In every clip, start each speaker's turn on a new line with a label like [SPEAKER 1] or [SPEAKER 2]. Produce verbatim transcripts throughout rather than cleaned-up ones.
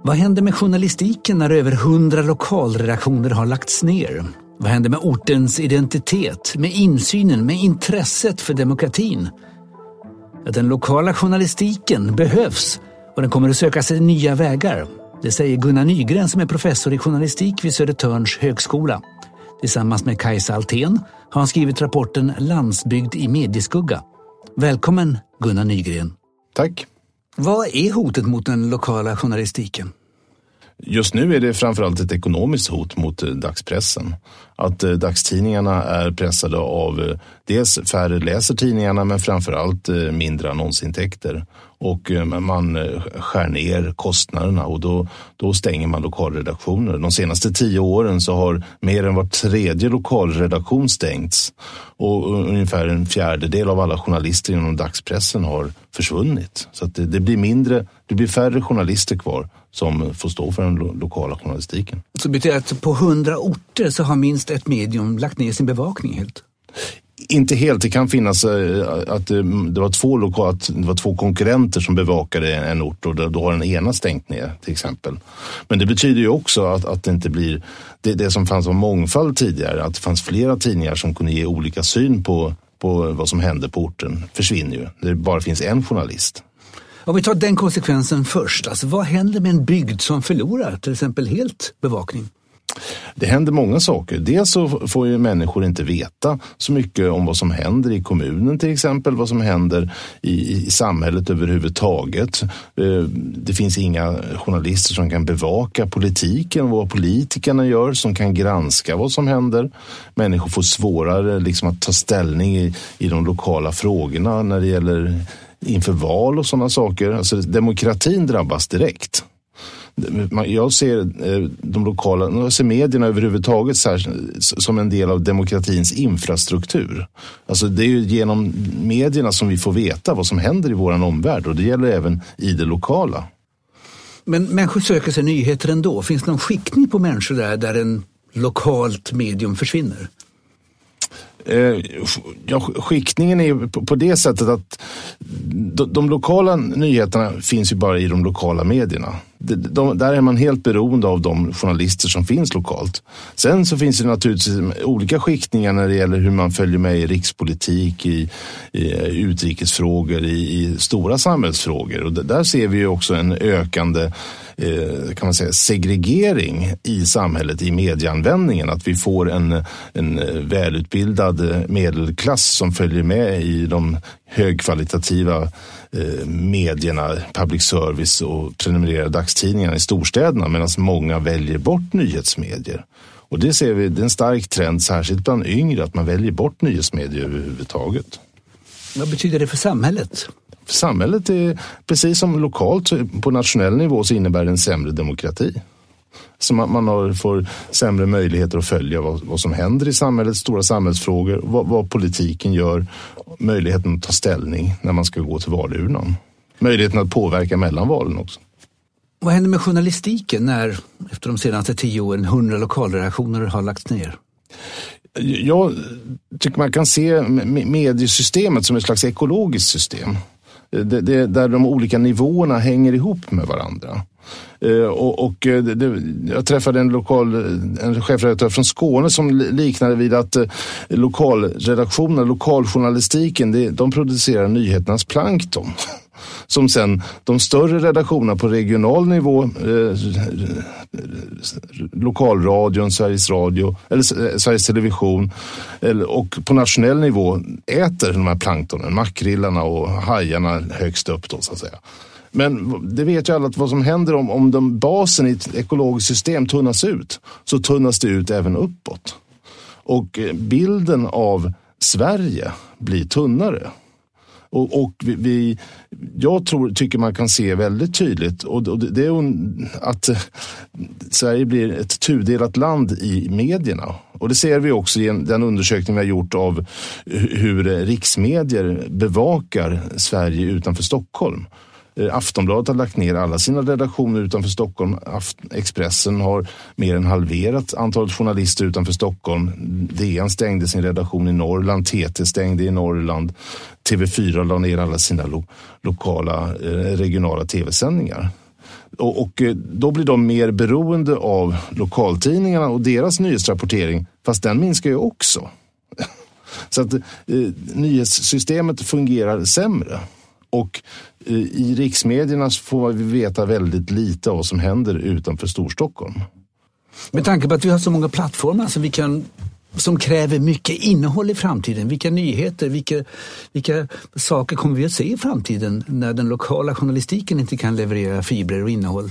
[SPEAKER 1] Vad händer med journalistiken när över hundra lokalredaktioner har lagts ner? Vad händer med ortens identitet, med insynen, med intresset för demokratin? Att den lokala journalistiken behövs och den kommer att söka sig nya vägar. Det säger Gunnar Nygren som är professor i journalistik vid Södertörns högskola. Tillsammans med Kajsa Altén har han skrivit rapporten Landsbygd i medieskugga. Välkommen Gunnar Nygren.
[SPEAKER 2] Tack.
[SPEAKER 1] Vad är hotet mot den lokala journalistiken?
[SPEAKER 2] Just nu är det framförallt ett ekonomiskt hot mot dagspressen. Att dagstidningarna är pressade av dels färre läser tidningarna men framförallt mindre annonsintäkter. Och man skär ner kostnaderna och då, då stänger man lokalredaktioner. De senaste tio åren så har mer än var tredje lokalredaktion stängts. Och ungefär en fjärdedel av alla journalister inom dagspressen har försvunnit. Så att det, det blir mindre, det blir färre journalister kvar som får stå för den lo- lokala journalistiken.
[SPEAKER 1] Så betyder att på hundra orter så har minst ett medium lagt ner sin bevakning helt?
[SPEAKER 2] Inte helt, det kan finnas att det var två lokala, det var två konkurrenter som bevakade en ort och då har den ena stängt ner till exempel. Men det betyder ju också att, att det inte blir det, det som fanns om mångfald tidigare, att det fanns flera tidningar som kunde ge olika syn på, på vad som hände på orten, försvinner ju. Det bara finns en journalist.
[SPEAKER 1] Om vi tar den konsekvensen först, alltså vad händer med en bygd som förlorar till exempel helt bevakning?
[SPEAKER 2] Det händer många saker. Dels så får ju människor inte veta så mycket om vad som händer i kommunen till exempel, vad som händer i, i samhället överhuvudtaget. Det finns inga journalister som kan bevaka politiken, vad politikerna gör, som kan granska vad som händer. Människor får svårare liksom att ta ställning i, i de lokala frågorna när det gäller inför val och sådana saker. Alltså demokratin drabbas direkt. Jag ser de lokala, jag ser medierna överhuvudtaget så här, som en del av demokratins infrastruktur. Alltså det är ju genom medierna som vi får veta vad som händer i våran omvärld och det gäller även i det lokala.
[SPEAKER 1] Men människor söker sig nyheter ändå. Finns det någon skiktning på människor där, där en lokalt medium försvinner?
[SPEAKER 2] Ja, skiktningen är på, på det sättet att de, de lokala nyheterna finns ju bara i de lokala medierna. De, de, där är man helt beroende av de journalister som finns lokalt. Sen så finns det naturligtvis olika skiktningar när det gäller hur man följer med i rikspolitik, i, i utrikesfrågor, i, i stora samhällsfrågor. Och där ser vi ju också en ökande kan man säga, segregering i samhället, i medieanvändningen. Att vi får en, en välutbildad medelklass som följer med i de högkvalitativa eh, medierna, public service och prenumererade dagstidningarna i storstäderna medan många väljer bort nyhetsmedier. Och det ser vi, det är en stark trend särskilt bland yngre att man väljer bort nyhetsmedier överhuvudtaget.
[SPEAKER 1] Vad betyder det för samhället?
[SPEAKER 2] För samhället är, precis som lokalt på nationell nivå, så innebär det en sämre demokrati. Så man, man har, får sämre möjligheter att följa vad, vad som händer i samhället, stora samhällsfrågor, vad, vad politiken gör, möjligheten att ta ställning när man ska gå till valurnan. Möjligheten att påverka mellan valen också.
[SPEAKER 1] Vad händer med journalistiken när efter de senaste tio åren hundra lokalredaktioner har lagts ner?
[SPEAKER 2] Jag tycker man kan se mediesystemet som ett slags ekologiskt system. Det, det, där de olika nivåerna hänger ihop med varandra. Uh, och, och det, jag träffade en lokal en chefredaktör från Skåne som liknade vid att uh, lokalredaktionen, lokaljournalistiken, det, de producerar nyheternas plankton. Som sen de större redaktionerna på regional nivå, eh, lokalradion, Sveriges Radio eller Sveriges Television eller, och på nationell nivå äter de här planktonen, makrillarna och hajarna högst upp då så att säga. Men det vet ju alla att vad som händer om, om de basen i ett ekologiskt system tunnas ut, så tunnas det ut även uppåt. Och bilden av Sverige blir tunnare. Och, och vi, vi, jag tror, tycker man kan se väldigt tydligt och, och det är att Sverige blir ett tudelat land i medierna. Och det ser vi också i en, den undersökning vi har gjort av hur riksmedier bevakar Sverige utanför Stockholm. Aftonbladet har lagt ner alla sina redaktioner utanför Stockholm. Expressen har mer än halverat antalet journalister utanför Stockholm. D N stängde sin redaktion i Norrland. T T stängde i Norrland. T V fyra la ner alla sina lo- lokala, eh, regionala tv-sändningar. Och, och då blir de mer beroende av lokaltidningarna och deras nyhetsrapportering, fast den minskar ju också. Så att eh, nyhetssystemet fungerar sämre. Och eh, i riksmedierna får vi veta väldigt lite av vad som händer utanför Storstockholm.
[SPEAKER 1] Med tanke på att vi har så många plattformar som vi kan, som kräver mycket innehåll i framtiden. Vilka nyheter, vilka, vilka saker kommer vi att se i framtiden när den lokala journalistiken inte kan leverera fibrer och innehåll?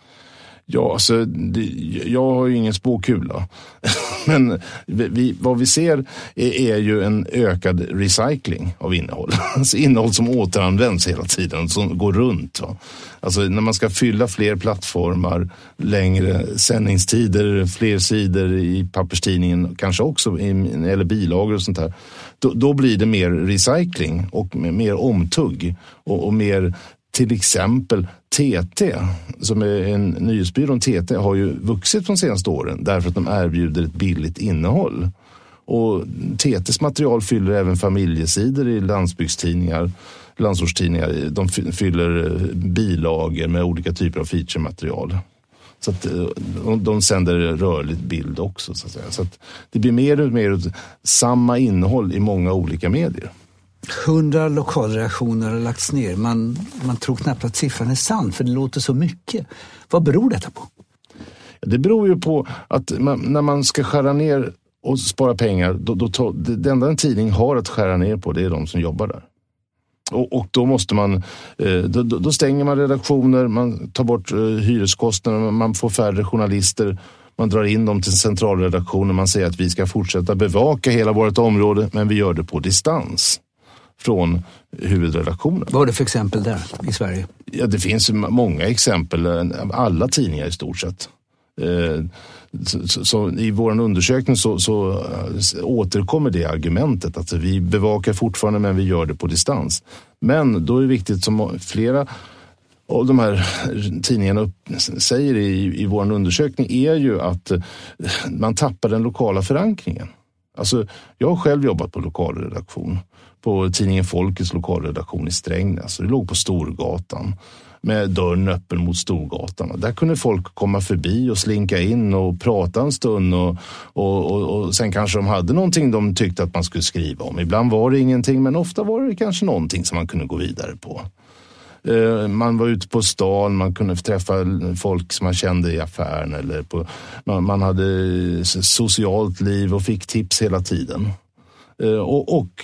[SPEAKER 2] Ja, alltså, det, jag har ju ingen spåkula. Men vi, vad vi ser är, är ju en ökad recycling av innehåll. Alltså innehåll som återanvänds hela tiden, som går runt. Va? Alltså när man ska fylla fler plattformar, längre sändningstider, fler sidor i papperstidningen, kanske också i, eller bilagor och sånt där. Då, då blir det mer recycling och mer omtugg och, och mer. Till exempel T T, som är en nyhetsbyrå, T T har ju vuxit de senaste åren därför att de erbjuder ett billigt innehåll. Och T T:s material fyller även familjesidor i landsbygdstidningar, landsortstidningar. De fyller bilagor med olika typer av featurematerial. Så att de sänder rörligt bild också, så att säga. Så att det blir mer och mer samma innehåll i många olika medier.
[SPEAKER 1] Hundra lokalredaktioner har lagts ner. Man, man tror knappt att siffran är sann, för det låter så mycket. Vad beror detta på?
[SPEAKER 2] Det beror ju på att man, när man ska skära ner och spara pengar, då, då tar, det enda en tidning har att skära ner på, det är de som jobbar där. Och, och då måste man, då, då stänger man redaktioner, man tar bort hyreskostnader, man får färre journalister. Man drar in dem till centralredaktionen, man säger att vi ska fortsätta bevaka hela vårt område, men vi gör det på distans från huvudredaktionen.
[SPEAKER 1] Vad är det för exempel där i Sverige?
[SPEAKER 2] Ja, det finns många exempel, alla tidningar i stort sett. Så, så, så i vår undersökning så, så återkommer det argumentet att vi bevakar fortfarande, men vi gör det på distans. Men då är det viktigt, som flera och de här tidningarna säger i, i vår undersökning, är ju att man tappar den lokala förankringen. Alltså, jag har själv jobbat på lokalredaktion. På tidningen Folkets lokalredaktion i Strängnäs. Det låg på Storgatan med dörren öppen mot Storgatan. Och där kunde folk komma förbi och slinka in och prata en stund. Och, och, och, och sen kanske de hade någonting de tyckte att man skulle skriva om. Ibland var det ingenting, men ofta var det kanske någonting som man kunde gå vidare på. Man var ute på stan, man kunde träffa folk som man kände i affären. Eller på, man, man hade socialt liv och fick tips hela tiden. Och, och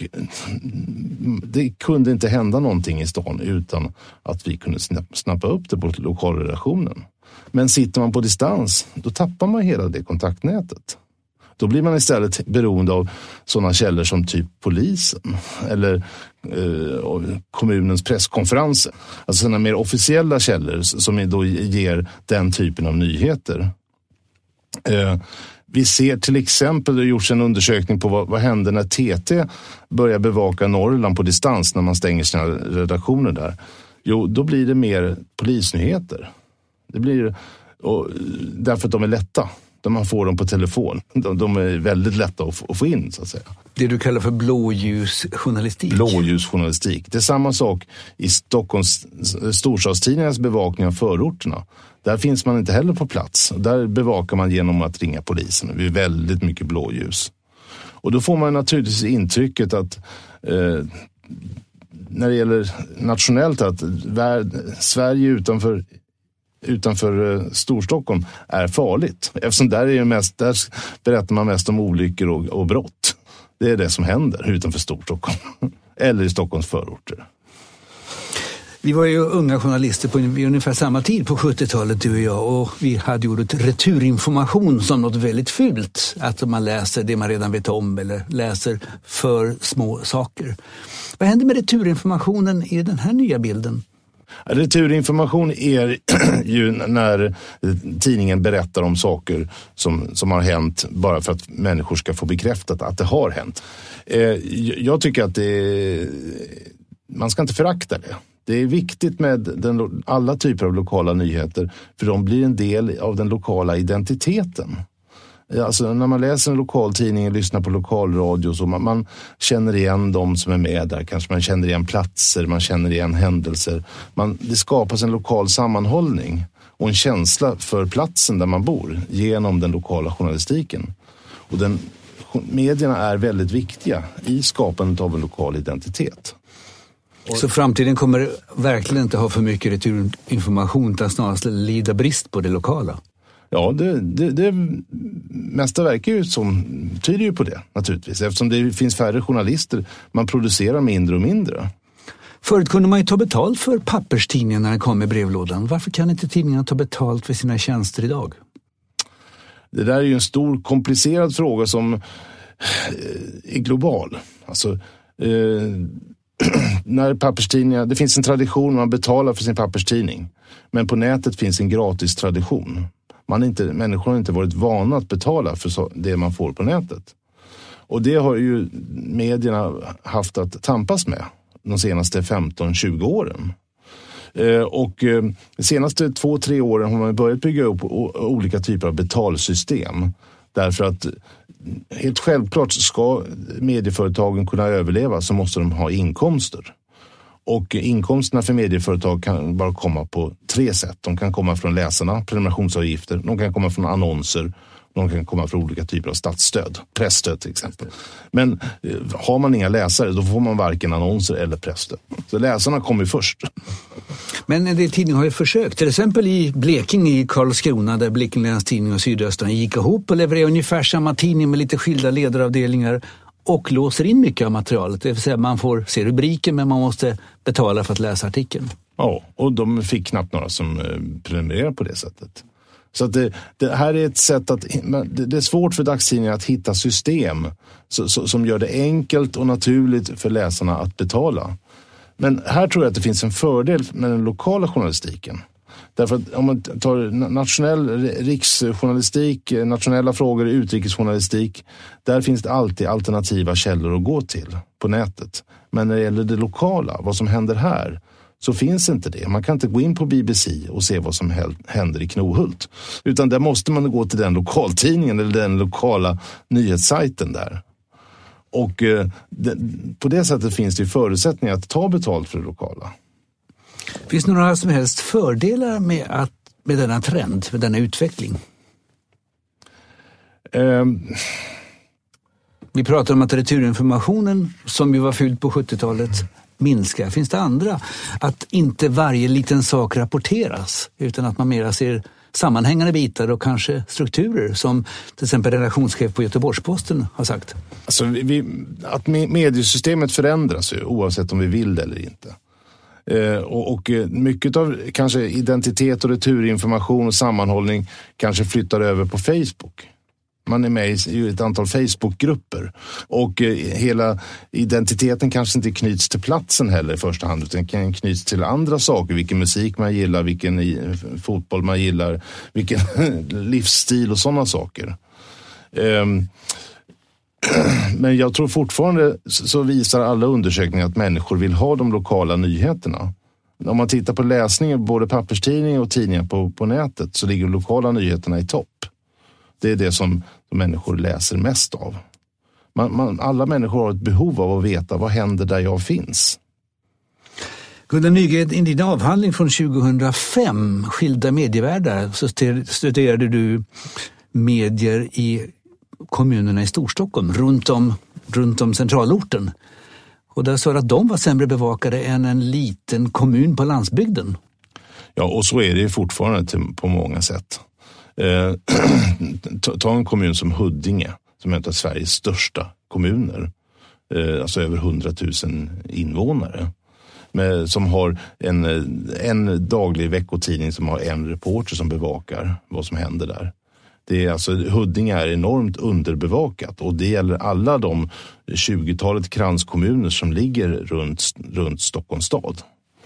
[SPEAKER 2] det kunde inte hända någonting i stan utan att vi kunde snappa upp det på lokalredaktionen. Men sitter man på distans, då tappar man hela det kontaktnätet. Då blir man istället beroende av sådana källor som typ polisen eller eh, kommunens presskonferenser. Alltså sådana mer officiella källor som då ger den typen av nyheter. Eh, vi ser till exempel, det har gjorts en undersökning på vad, vad händer när T T börjar bevaka Norrland på distans när man stänger sina redaktioner där. Jo, då blir det mer polisnyheter. Det blir, och, därför att de är lätta. Man får dem på telefon. De, de är väldigt lätta att få, att få in, så att säga.
[SPEAKER 1] Det du kallar för blåljusjournalistik.
[SPEAKER 2] Blåljusjournalistik. Det är samma sak i Stockholms storstadstidningarnas bevakning av förorterna. Där finns man inte heller på plats. Där bevakar man genom att ringa polisen. Det är väldigt mycket blåljus. Och då får man naturligtvis intrycket att eh, när det gäller nationellt att värld, Sverige utanför utanför Storstockholm är farligt. Eftersom där, är det mest, där berättar man mest om olyckor och, och brott. Det är det som händer utanför Storstockholm. Eller i Stockholms förorter.
[SPEAKER 1] Vi var ju unga journalister på ungefär samma tid på sjuttiotalet, du och jag. Och vi hade gjort returinformation som något väldigt fult. Att man läser det man redan vet om eller läser för små saker. Vad händer med returinformationen i den här nya bilden?
[SPEAKER 2] Returinformation är ju när tidningen berättar om saker som, som har hänt bara för att människor ska få bekräftat att det har hänt. Eh, jag tycker att det, man ska inte förakta det. Det är viktigt med den, alla typer av lokala nyheter, för de blir en del av den lokala identiteten. Alltså när man läser en lokaltidning och lyssnar på lokalradio så man, man känner igen de som är med där. Kanske man känner igen platser, man känner igen händelser. Man, det skapas en lokal sammanhållning och en känsla för platsen där man bor genom den lokala journalistiken. Och den, medierna är väldigt viktiga i skapandet av en lokal identitet.
[SPEAKER 1] Så framtiden kommer verkligen inte ha för mycket returinformation utan snarast lida brist på det lokala?
[SPEAKER 2] Ja, det, det, det mesta verkar ju som tyder ju på det naturligtvis. Eftersom det finns färre journalister, man producerar mindre och mindre.
[SPEAKER 1] Förut kunde man ju ta betalt för papperstidningen när den kom i brevlådan. Varför kan inte tidningarna ta betalt för sina tjänster idag?
[SPEAKER 2] Det där är ju en stor komplicerad fråga som är global. Alltså, eh, när papperstidningar, det finns en tradition, man betalar för sin papperstidning. Men på nätet finns en gratis tradition. Man inte, människor har inte varit vana att betala för så, det man får på nätet. Och det har ju medierna haft att tampas med de senaste femton till tjugo åren. Eh, och eh, de senaste två tre åren har man börjat bygga upp o- olika typer av betalsystem. Därför att helt självklart ska medieföretagen kunna överleva så måste de ha inkomster. Och inkomsterna för medieföretag kan bara komma på tre sätt. De kan komma från läsarna, prenumerationsavgifter, de kan komma från annonser, de kan komma från olika typer av statsstöd, pressstöd till exempel. Men har man inga läsare då får man varken annonser eller pressstöd. Så läsarna kommer först.
[SPEAKER 1] Men en del tidningar har ju försökt, till exempel i Blekinge i Karlskrona där Blekinge Läns Tidning och Sydöstern gick ihop och levererade ungefär samma tidning med lite skilda ledaravdelningar och låser in mycket av materialet. Det vill säga man får se rubriken men man måste betala för att läsa artikeln.
[SPEAKER 2] Ja, och de fick knappt några som prenumererar på det sättet. Så att det, det här är ett sätt att, det är svårt för dagstidningar att hitta system så, så, som gör det enkelt och naturligt för läsarna att betala. Men här tror jag att det finns en fördel med den lokala journalistiken. Därför att om man tar nationell riksjournalistik, nationella frågor, utrikesjournalistik, där finns det alltid alternativa källor att gå till på nätet. Men när det gäller det lokala, vad som händer här, så finns inte det. Man kan inte gå in på B B C och se vad som händer i Knohult. Utan där måste man gå till den lokaltidningen eller den lokala nyhetssajten där. Och eh, det, på det sättet finns det ju förutsättningar att ta betalt för det lokala.
[SPEAKER 1] Finns det några som helst fördelar med, att, med denna trend, med denna utveckling?
[SPEAKER 2] Um.
[SPEAKER 1] Vi pratar om att returinformationen, som ju var fylld på sjuttiotalet, minskar. Finns det andra? Att inte varje liten sak rapporteras, utan att man mera ser sammanhängande bitar och kanske strukturer, som till exempel redaktionschef på Göteborgs-Posten har sagt.
[SPEAKER 2] Alltså vi, att mediesystemet förändras ju, oavsett om vi vill det eller inte. Eh, och, och mycket av kanske identitet och returinformation och sammanhållning kanske flyttar över på Facebook. Man är med i ett antal Facebookgrupper och eh, hela identiteten kanske inte knyts till platsen heller i första hand, utan kan knyts till andra saker, vilken musik man gillar, vilken i, fotboll man gillar, vilken livsstil och sådana saker. Eh, Men jag tror fortfarande så visar alla undersökningar att människor vill ha de lokala nyheterna. Om man tittar på läsningen, både papperstidningar och tidningar på, på nätet, så ligger de lokala nyheterna i topp. Det är det som, som människor läser mest av. Man, man, alla människor har ett behov av att veta vad händer där jag finns.
[SPEAKER 1] Gunnar Nygren, i din avhandling från tjugohundrafem, Skilda medievärldar, så studerade du medier i kommunerna i Storstockholm, runt om, runt om centralorten. Och där sa att de var sämre bevakade än en liten kommun på landsbygden.
[SPEAKER 2] Ja, och så är det fortfarande till, på många sätt. Eh, ta en kommun som Huddinge, som är en av Sveriges största kommuner. Eh, alltså över hundratusen invånare. Med, som har en, en daglig veckotidning som har en reporter som bevakar vad som händer där. Det är alltså, Huddinge är enormt underbevakat och det gäller alla de tjugotalet kranskommuner som ligger runt, runt Stockholms stad.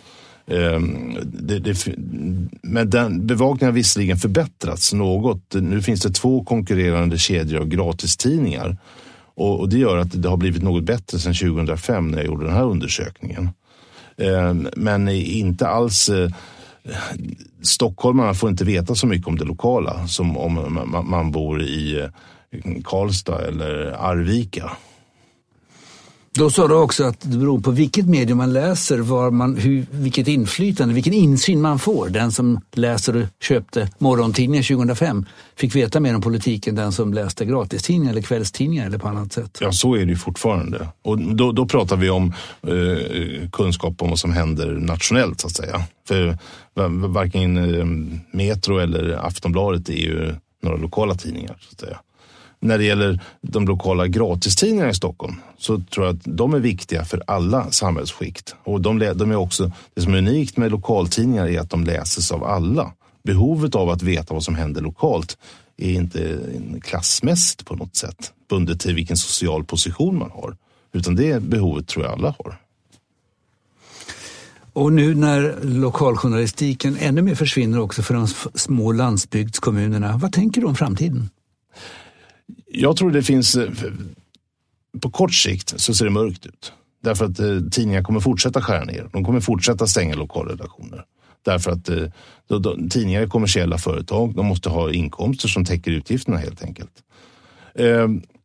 [SPEAKER 2] Um, det, det, men den bevakningen har visserligen förbättrats något. Nu finns det två konkurrerande kedjor av gratistidningar och, och det gör att det har blivit något bättre sedan tjugohundrafem när jag gjorde den här undersökningen. Um, men inte alls uh, stockholmarna får inte veta så mycket om det lokala som om man bor i Karlstad eller Arvika.
[SPEAKER 1] Då sa du också att det beror på vilket medium man läser, var man, hur, vilket inflytande, vilken insyn man får. Den som läser och köpte morgontidningar tjugohundrafem fick veta mer om politiken, den som läste gratistidningar eller kvällstidningar eller på annat sätt.
[SPEAKER 2] Ja, så är det ju fortfarande. Och då, då pratar vi om eh, kunskap om vad som händer nationellt så att säga. För varken eh, Metro eller Aftonbladet är ju några lokala tidningar så att säga. När det gäller de lokala gratistidningarna i Stockholm så tror jag att de är viktiga för alla samhällsskikt. Och de, de är också, det som är unikt med lokaltidningar är att de läses av alla. Behovet av att veta vad som händer lokalt är inte klassmässigt på något sätt bundet till vilken social position man har. Utan det behovet tror jag alla har.
[SPEAKER 1] Och nu när lokaljournalistiken ännu mer försvinner också för de små landsbygdskommunerna, vad tänker du om framtiden?
[SPEAKER 2] Jag tror det finns, på kort sikt så ser det mörkt ut. Därför att eh, tidningar kommer fortsätta skära ner. De kommer fortsätta stänga lokalredaktioner. Därför att eh, då, då, tidningar är kommersiella företag. De måste ha inkomster som täcker utgifterna helt enkelt. Eh,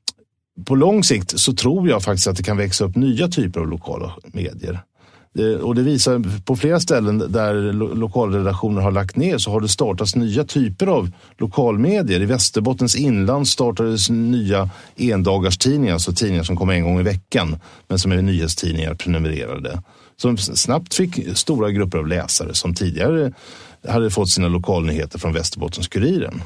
[SPEAKER 2] på lång sikt så tror jag faktiskt att det kan växa upp nya typer av lokala medier. Det, och det visar på flera ställen där lo- lokalredaktioner har lagt ner så har det startats nya typer av lokalmedier. I Västerbottens inland startades nya endagarstidningar, alltså tidningar som kommer en gång i veckan men som är nyhetstidningar prenumererade. Som snabbt fick stora grupper av läsare som tidigare hade fått sina lokalnyheter från Västerbottens-Kuriren.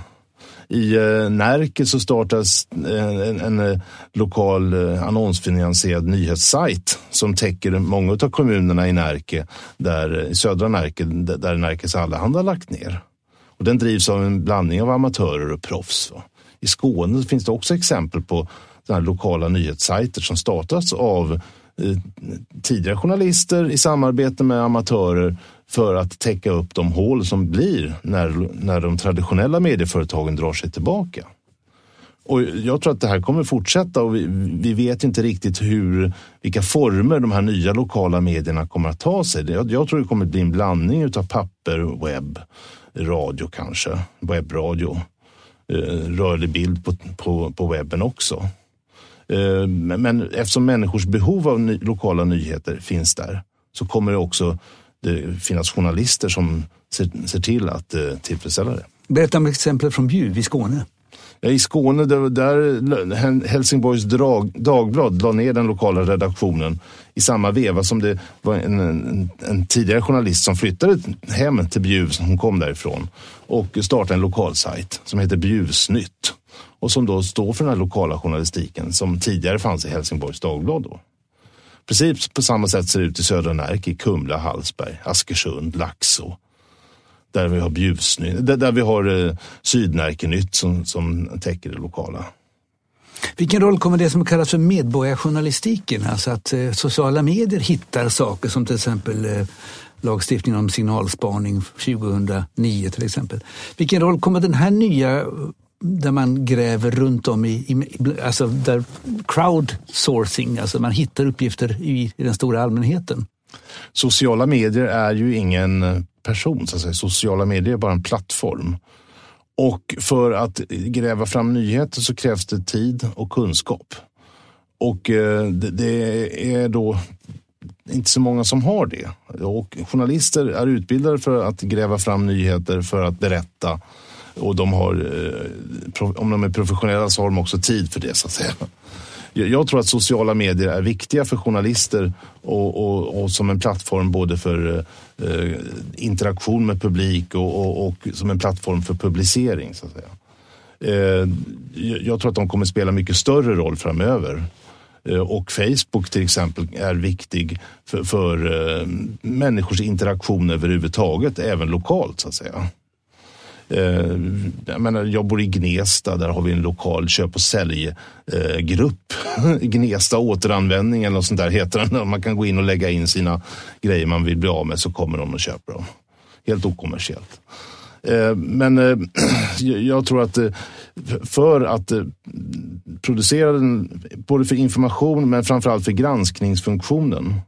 [SPEAKER 2] I eh, Närke så startas en, en, en eh, lokal eh, annonsfinansierad nyhetssajt som täcker många av kommunerna i Närke, där, i södra Närke, där, där Närkes Allehanda har lagt ner. Och den drivs av en blandning av amatörer och proffs. Va? I Skåne finns det också exempel på såna här lokala nyhetssajter som startats av eh, tidigare journalister i samarbete med amatörer för att täcka upp de hål som blir när, när de traditionella medieföretagen drar sig tillbaka. Och jag tror att det här kommer fortsätta och vi, vi vet inte riktigt hur, vilka former de här nya lokala medierna kommer att ta sig. Jag, jag tror det kommer att bli en blandning utav papper, webb, radio kanske, webbradio, eh, rörlig bild på, på, på webben också. Eh, men eftersom människors behov av ny, lokala nyheter finns där så kommer det också det finnas journalister som ser, ser till att eh, tillfredsställa det.
[SPEAKER 1] Berätta om exempel från Bjuv i Skåne.
[SPEAKER 2] Ja, i Skåne där, där Helsingborgs drag, Dagblad la ner den lokala redaktionen i samma veva som det var en, en, en tidigare journalist som flyttade hem till Bjuv, hon kom därifrån, och startade en lokalsajt som heter Bjuvsnytt och som då står för den här lokala journalistiken som tidigare fanns i Helsingborgs Dagblad då. Precis på samma sätt ser det ut i södra Närke, Kumla, Hallsberg, Askersund, Laxå. Där vi har Bjuvsnytt, där, där vi har eh, Sydnärkenytt som, som täcker det lokala.
[SPEAKER 1] Vilken roll kommer det som kallas för medborgarjournalistiken? Alltså att eh, sociala medier hittar saker som till exempel eh, lagstiftningen om signalspaning tjugohundranio till exempel. Vilken roll kommer den här nya, där man gräver runt om i, i alltså där crowdsourcing, alltså man hittar uppgifter i, i den stora allmänheten?
[SPEAKER 2] Sociala medier är ju ingen person, så att säga. Sociala medier är bara en plattform. Och för att gräva fram nyheter så krävs det tid och kunskap. Och eh, det, det är då inte så många som har det. Och journalister är utbildade för att gräva fram nyheter, för att berätta. Och de har, eh, om de är professionella så har de också tid för det, så att säga. Jag tror att sociala medier är viktiga för journalister och, och, och som en plattform både för eh, interaktion med publik och, och, och som en plattform för publicering, så att säga. Eh, jag tror att de kommer spela mycket större roll framöver. Eh, och Facebook till exempel är viktig för, för eh, människors interaktion överhuvudtaget, även lokalt, så att säga. Jag menar, jag bor i Gnesta, där har vi en lokal köp- och säljgrupp. Gnesta återanvändning eller något sånt där heter den. Man kan gå in och lägga in sina grejer man vill bli av med, så kommer de och köper dem. Helt okommersiellt. Men jag tror att för att producera den, både för information men framförallt för granskningsfunktionen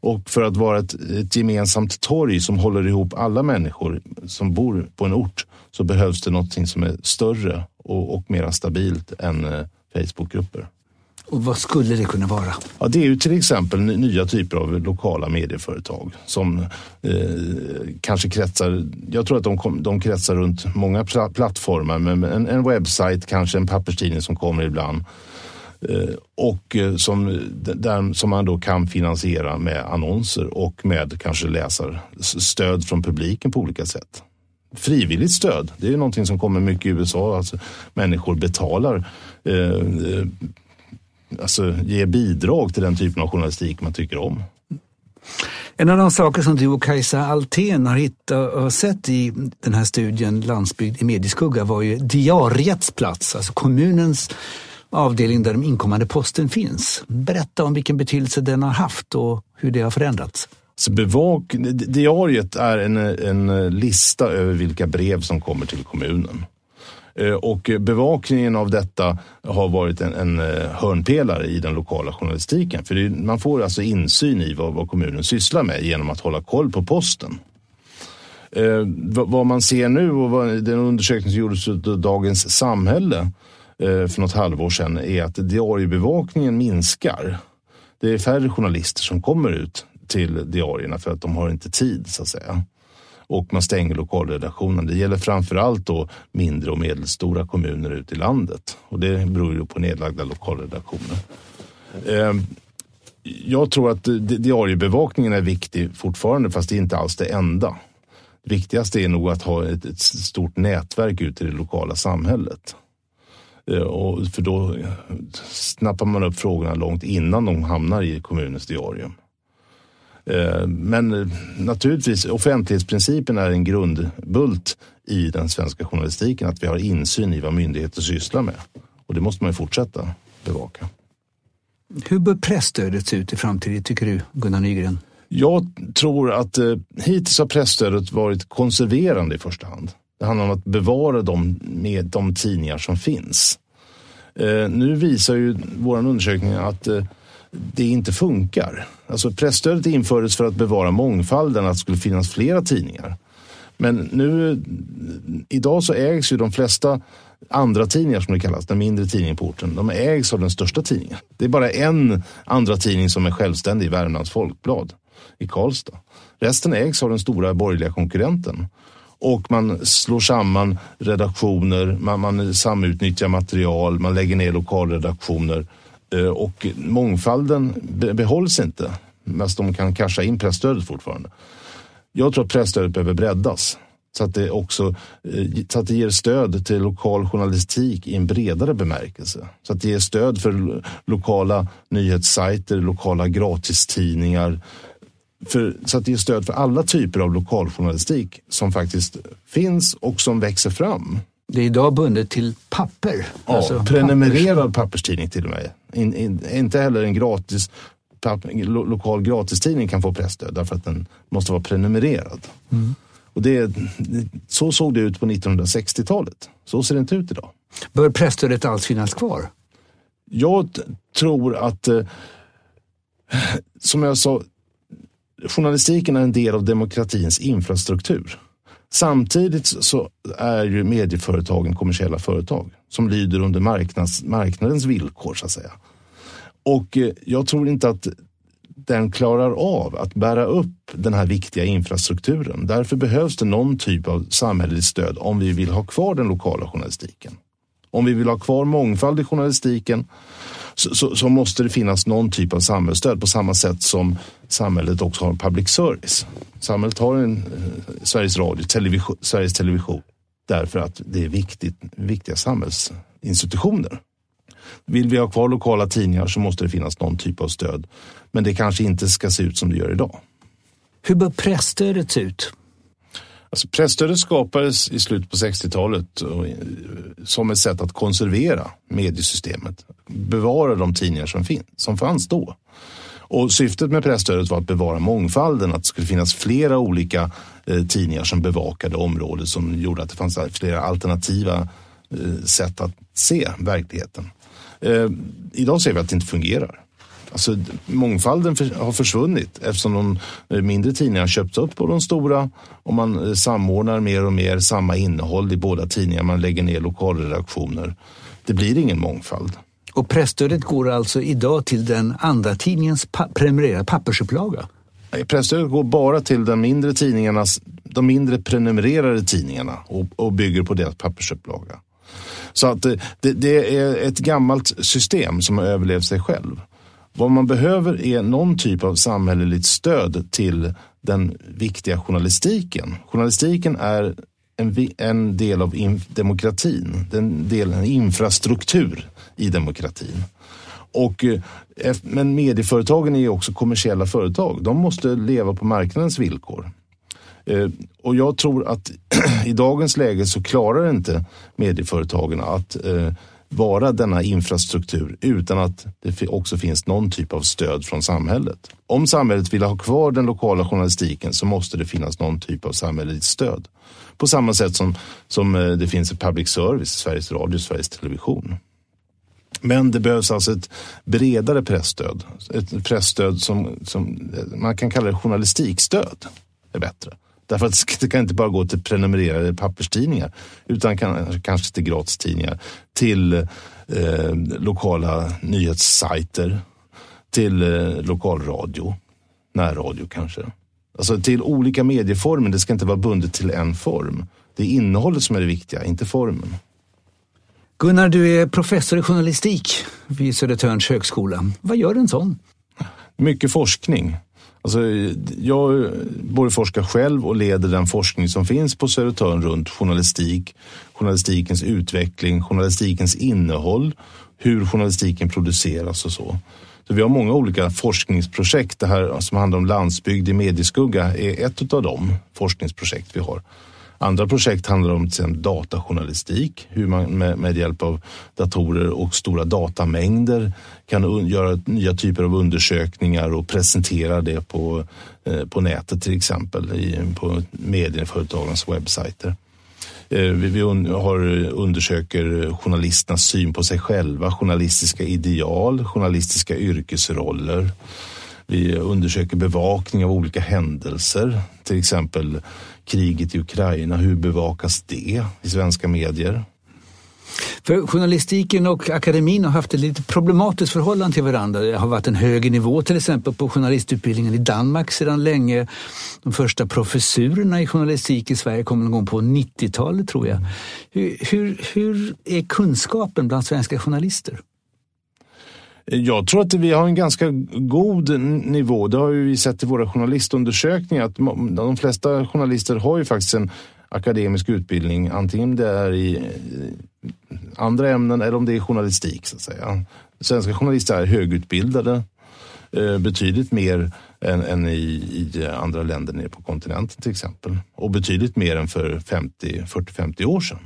[SPEAKER 2] Och för att vara ett, ett gemensamt torg som håller ihop alla människor som bor på en ort, så behövs det något som är större och, och mer stabilt än eh, Facebookgrupper.
[SPEAKER 1] Och vad skulle det kunna vara?
[SPEAKER 2] Ja, det är ju till exempel nya typer av lokala medieföretag som eh, kanske kretsar, jag tror att de, kom, de kretsar runt många plattformar, men en, en webbsajt, kanske en papperstidning som kommer ibland. Och som, där, som man då kan finansiera med annonser och med kanske läsarstöd från publiken på olika sätt. Frivilligt stöd, det är någonting som kommer mycket i U S A. Alltså, människor betalar, eh, alltså ger bidrag till den typen av journalistik man tycker om.
[SPEAKER 1] En av de saker som du och Kajsa Altén har hittat och sett i den här studien Landsbygd i medieskugga var ju diariets plats, alltså kommunens avdelning där de inkommande posten finns. Berätta om vilken betydelse den har haft och hur det har förändrats.
[SPEAKER 2] Så bevak, diariet är en, en lista över vilka brev som kommer till kommunen. Och bevakningen av detta har varit en, en hörnpelare i den lokala journalistiken. För det, man får alltså insyn i vad, vad kommunen sysslar med genom att hålla koll på posten. Eh, vad, vad man ser nu och vad, den undersökning som gjordes av Dagens Samhälle för något halvår sedan är att diariebevakningen minskar. Det är färre journalister som kommer ut till diarierna för att de har inte tid, så att säga. Och man stänger lokalredaktionen. Det gäller framförallt då mindre och medelstora kommuner ute i landet. Och det beror ju på nedlagda lokalredaktioner. Jag tror att diariebevakningen är viktig fortfarande, fast det är inte alls det enda. Det viktigaste är nog att ha ett, ett stort nätverk ute i det lokala samhället. Och för då snappar man upp frågorna långt innan de hamnar i kommunens diarium. Men naturligtvis, offentlighetsprincipen är en grundbult i den svenska journalistiken, att vi har insyn i vad myndigheter sysslar med. Och det måste man ju fortsätta bevaka.
[SPEAKER 1] Hur bör pressstödet se ut i framtiden, tycker du, Gunnar Nygren? Jag
[SPEAKER 2] tror att eh, hittills har pressstödet varit konserverande i första hand. Det handlar om att bevara dem med de tidningar som finns. Eh, nu visar ju vår undersökning att eh, det inte funkar. Alltså pressstödet infördes för att bevara mångfalden, att det skulle finnas flera tidningar. Men nu, idag så ägs ju de flesta andra tidningar, som det kallas, den mindre tidningen på orten, de ägs av den största tidningen. Det är bara en andra tidning som är självständig, Värmlands Folkblad i Karlstad. Resten ägs av den stora borgerliga konkurrenten. Och man slår samman redaktioner, man, man samutnyttjar material, man lägger ner lokalredaktioner. Och mångfalden behålls inte, men de kan casha in pressstödet fortfarande. Jag tror att pressstödet behöver breddas, så att det också så att det ger stöd till lokal journalistik i en bredare bemärkelse. Så att det ger stöd för lokala nyhetssajter, lokala gratistidningar, för, så att det ger stöd för alla typer av lokaljournalistik som faktiskt finns och som växer fram.
[SPEAKER 1] Det är idag bundet till papper.
[SPEAKER 2] Ja, alltså prenumererad pappers. papperstidning till och med. In, in, inte heller en gratis papper, lo, lokal gratistidning kan få pressstöd, därför att den måste vara prenumererad. Mm. Och det, så såg det ut på nittonhundrasextiotalet. Så ser det inte ut idag.
[SPEAKER 1] Bör pressstödet alls finnas kvar?
[SPEAKER 2] Jag t- tror att, eh, som jag sa, journalistiken är en del av demokratins infrastruktur. Samtidigt så är ju medieföretagen kommersiella företag som lyder under marknads, marknadens villkor, så att säga. Och jag tror inte att den klarar av att bära upp den här viktiga infrastrukturen. Därför behövs det någon typ av samhälleligt stöd om vi vill ha kvar den lokala journalistiken. Om vi vill ha kvar mångfald i journalistiken så, så, så måste det finnas någon typ av samhällsstöd, på samma sätt som samhället också har public service. Samhället har en eh, Sveriges Radio, television, Sveriges Television, därför att det är viktigt, viktiga samhällsinstitutioner. Vill vi ha kvar lokala tidningar så måste det finnas någon typ av stöd. Men det kanske inte ska se ut som det gör idag.
[SPEAKER 1] Hur bör pressstödet se ut?
[SPEAKER 2] Alltså pressstödet skapades i slutet på sextiotalet som ett sätt att konservera mediesystemet. Bevara de tidningar som, fin- som fanns då. Och syftet med pressstödet var att bevara mångfalden. Att det skulle finnas flera olika eh, tidningar som bevakade området, som gjorde att det fanns flera alternativa eh, sätt att se verkligheten. Eh, idag ser vi att det inte fungerar. Alltså, mångfalden för, har försvunnit eftersom de mindre tidningarna köpts upp på de stora och man samordnar mer och mer samma innehåll i båda tidningar. Man lägger ner lokalredaktioner. Det blir ingen mångfald.
[SPEAKER 1] Och presstödet går alltså idag till den andra tidningens pa- prenumererade pappersupplaga?
[SPEAKER 2] Nej, presstödet går bara till de mindre tidningarnas, de mindre prenumererade tidningarna och, och bygger på deras pappersupplaga. Så att det, det är ett gammalt system som har överlevt sig själv. Vad man behöver är någon typ av samhälleligt stöd till den viktiga journalistiken. Journalistiken är en, en del av in, demokratin, en del en infrastruktur i demokratin. Och, men medieföretagen är också kommersiella företag. De måste leva på marknadens villkor. Och jag tror att i dagens läge så klarar inte medieföretagen att vara denna infrastruktur utan att det också finns någon typ av stöd från samhället. Om samhället vill ha kvar den lokala journalistiken så måste det finnas någon typ av samhälleligt stöd. På samma sätt som, som det finns i public service, Sveriges Radio, Sveriges Television. Men det behövs alltså ett bredare pressstöd. Ett pressstöd som, som man kan kalla det journalistikstöd är bättre. Därför att det kan inte bara gå till prenumererade papperstidningar utan kan, kanske till gratistidningar, till eh, lokala nyhetssajter, till eh, lokalradio, närradio kanske. Alltså till olika medieformer, det ska inte vara bundet till en form. Det är innehållet som är det viktiga, inte formen.
[SPEAKER 1] Gunnar, du är professor i journalistik vid Södertörns högskola. Vad gör en sån?
[SPEAKER 2] Mycket forskning. Alltså, jag både forskar själv och leder den forskning som finns på Södertörn runt journalistik, journalistikens utveckling, journalistikens innehåll, hur journalistiken produceras och så. Så vi har många olika forskningsprojekt. Det här som handlar om landsbygd i medieskugga är ett av de forskningsprojekt vi har. Andra projekt handlar om till exempel datajournalistik, hur man med, med hjälp av datorer och stora datamängder kan un, göra nya typer av undersökningar och presentera det på, eh, på nätet till exempel, i, på medieföretagens webbsajter. Eh, vi vi un, har, undersöker journalisternas syn på sig själva, journalistiska ideal, journalistiska yrkesroller. Vi undersöker bevakning av olika händelser, till exempel kriget i Ukraina. Hur bevakas det i svenska medier?
[SPEAKER 1] För journalistiken och akademin har haft ett lite problematiskt förhållande till varandra. Det har varit en hög nivå till exempel på journalistutbildningen i Danmark sedan länge. De första professurerna i journalistik i Sverige kom någon gång på nittiotalet tror jag. Hur, hur, hur är kunskapen bland svenska journalister?
[SPEAKER 2] Jag tror att vi har en ganska god nivå. Det har ju vi sett i våra journalistundersökningar att de flesta journalister har ju faktiskt en akademisk utbildning. Antingen det är i andra ämnen eller om det är journalistik så att säga. Svenska journalister är högutbildade betydligt mer än, än i, i andra länder nere på kontinenten till exempel. Och betydligt mer än för fyrtio till femtio år sedan.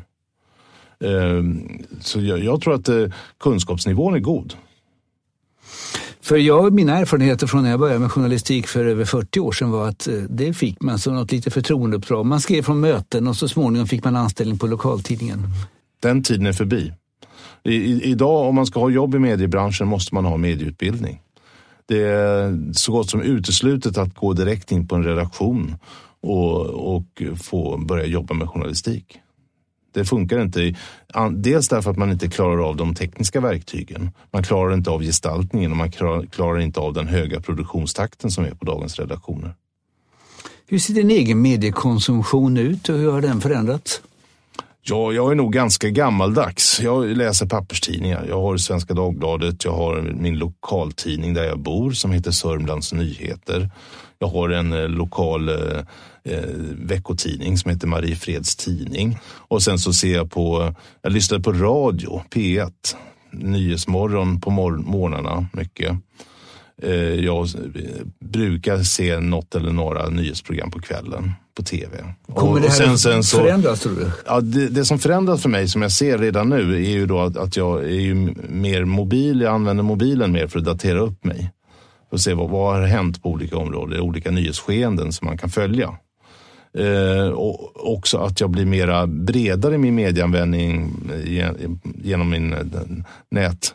[SPEAKER 2] Så jag, jag tror att kunskapsnivån är god.
[SPEAKER 1] För jag, mina erfarenheter från när jag började med journalistik för över fyrtio år sedan var att det fick man som något lite förtroendeuppdrag. Man skrev från möten och så småningom fick man anställning på lokaltidningen.
[SPEAKER 2] Den tiden är förbi. I, i, idag om man ska ha jobb i mediebranschen måste man ha medieutbildning. Det är så gott som uteslutet att gå direkt in på en redaktion och, och få börja jobba med journalistik. Det funkar inte. Dels därför att man inte klarar av de tekniska verktygen. Man klarar inte av gestaltningen och man klarar inte av den höga produktionstakten som är på dagens redaktioner.
[SPEAKER 1] Hur ser din egen mediekonsumtion ut och hur har den förändrats?
[SPEAKER 2] Ja, jag är nog ganska gammaldags. Jag läser papperstidningar. Jag har Svenska Dagbladet, jag har min lokaltidning där jag bor som heter Sörmlands Nyheter. Jag har en eh, lokal eh, veckotidning som heter Mariefreds tidning. Och sen så ser jag på, jag lyssnar på radio, P ett, Nyhetsmorgon på mor- morgnarna mycket. Eh, jag brukar se något eller några nyhetsprogram på kvällen på tv.
[SPEAKER 1] Kommer
[SPEAKER 2] och,
[SPEAKER 1] det här
[SPEAKER 2] och sen, sen så,
[SPEAKER 1] förändras tror du?
[SPEAKER 2] Ja, det, det som förändras för mig som jag ser redan nu är ju då att, att jag är ju mer mobil, jag använder mobilen mer för att datera upp mig. För att se vad, vad har hänt på olika områden, olika nyhetsskeenden som man kan följa. Eh, och också att jag blir mera bredare i min medieanvändning genom min nät,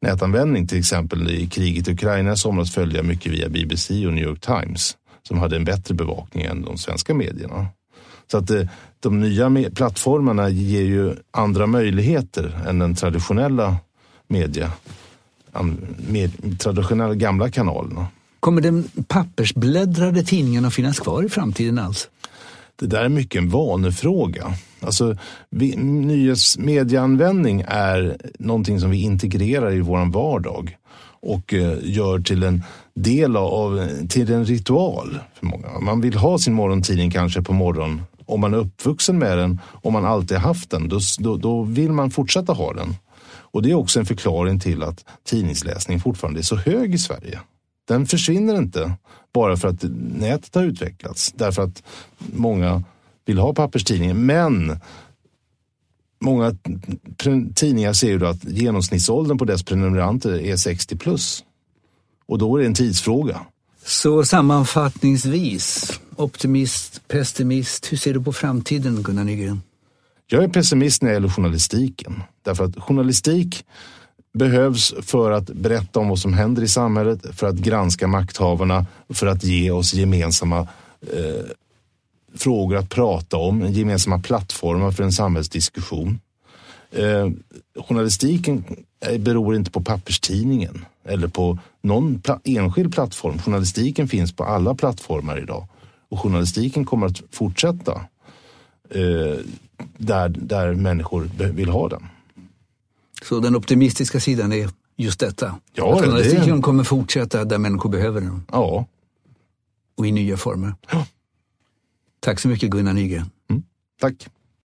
[SPEAKER 2] nätanvändning, till exempel i kriget i Ukraina i somras följde jag mycket via B B C och New York Times som hade en bättre bevakning än de svenska medierna. Så att de nya plattformarna ger ju andra möjligheter än den traditionella media, med traditionella gamla kanalerna.
[SPEAKER 1] Kommer den pappersbläddrade tidningen att finnas kvar i framtiden alls?
[SPEAKER 2] Det där är mycket en vanefråga. Alltså, vi, nyhetsmediaanvändning är någonting som vi integrerar i vår vardag och eh, gör till en del av, till en ritual för många. Man vill ha sin morgontidning kanske på morgonen. Om man är uppvuxen med den, om man alltid haft den, då, då, då vill man fortsätta ha den. Och det är också en förklaring till att tidningsläsning fortfarande är så hög i Sverige. Den försvinner inte bara för att nätet har utvecklats. Därför att många vill ha papperstidningen. Men många tidningar ser ju då att genomsnittsåldern på dess prenumeranter är sextio plus. Och då är det en tidsfråga.
[SPEAKER 1] Så sammanfattningsvis, optimist, pessimist, hur ser du på framtiden, Gunnar Nygren?
[SPEAKER 2] Jag är pessimist när det gäller journalistiken. Därför att journalistik behövs för att berätta om vad som händer i samhället, för att granska makthavarna, för att ge oss gemensamma eh, frågor att prata om, gemensamma plattformar för en samhällsdiskussion. Eh, journalistiken beror inte på papperstidningen eller på någon pla- enskild plattform. Journalistiken finns på alla plattformar idag. Och journalistiken kommer att fortsätta eh, där, där människor vill ha den.
[SPEAKER 1] Så den optimistiska sidan är just detta?
[SPEAKER 2] Ja,
[SPEAKER 1] att journalistiken
[SPEAKER 2] det...
[SPEAKER 1] kommer fortsätta där människor behöver den?
[SPEAKER 2] Ja.
[SPEAKER 1] Och i nya former?
[SPEAKER 2] Ja.
[SPEAKER 1] Tack så mycket, Gunnar Nygren.
[SPEAKER 2] Mm, tack.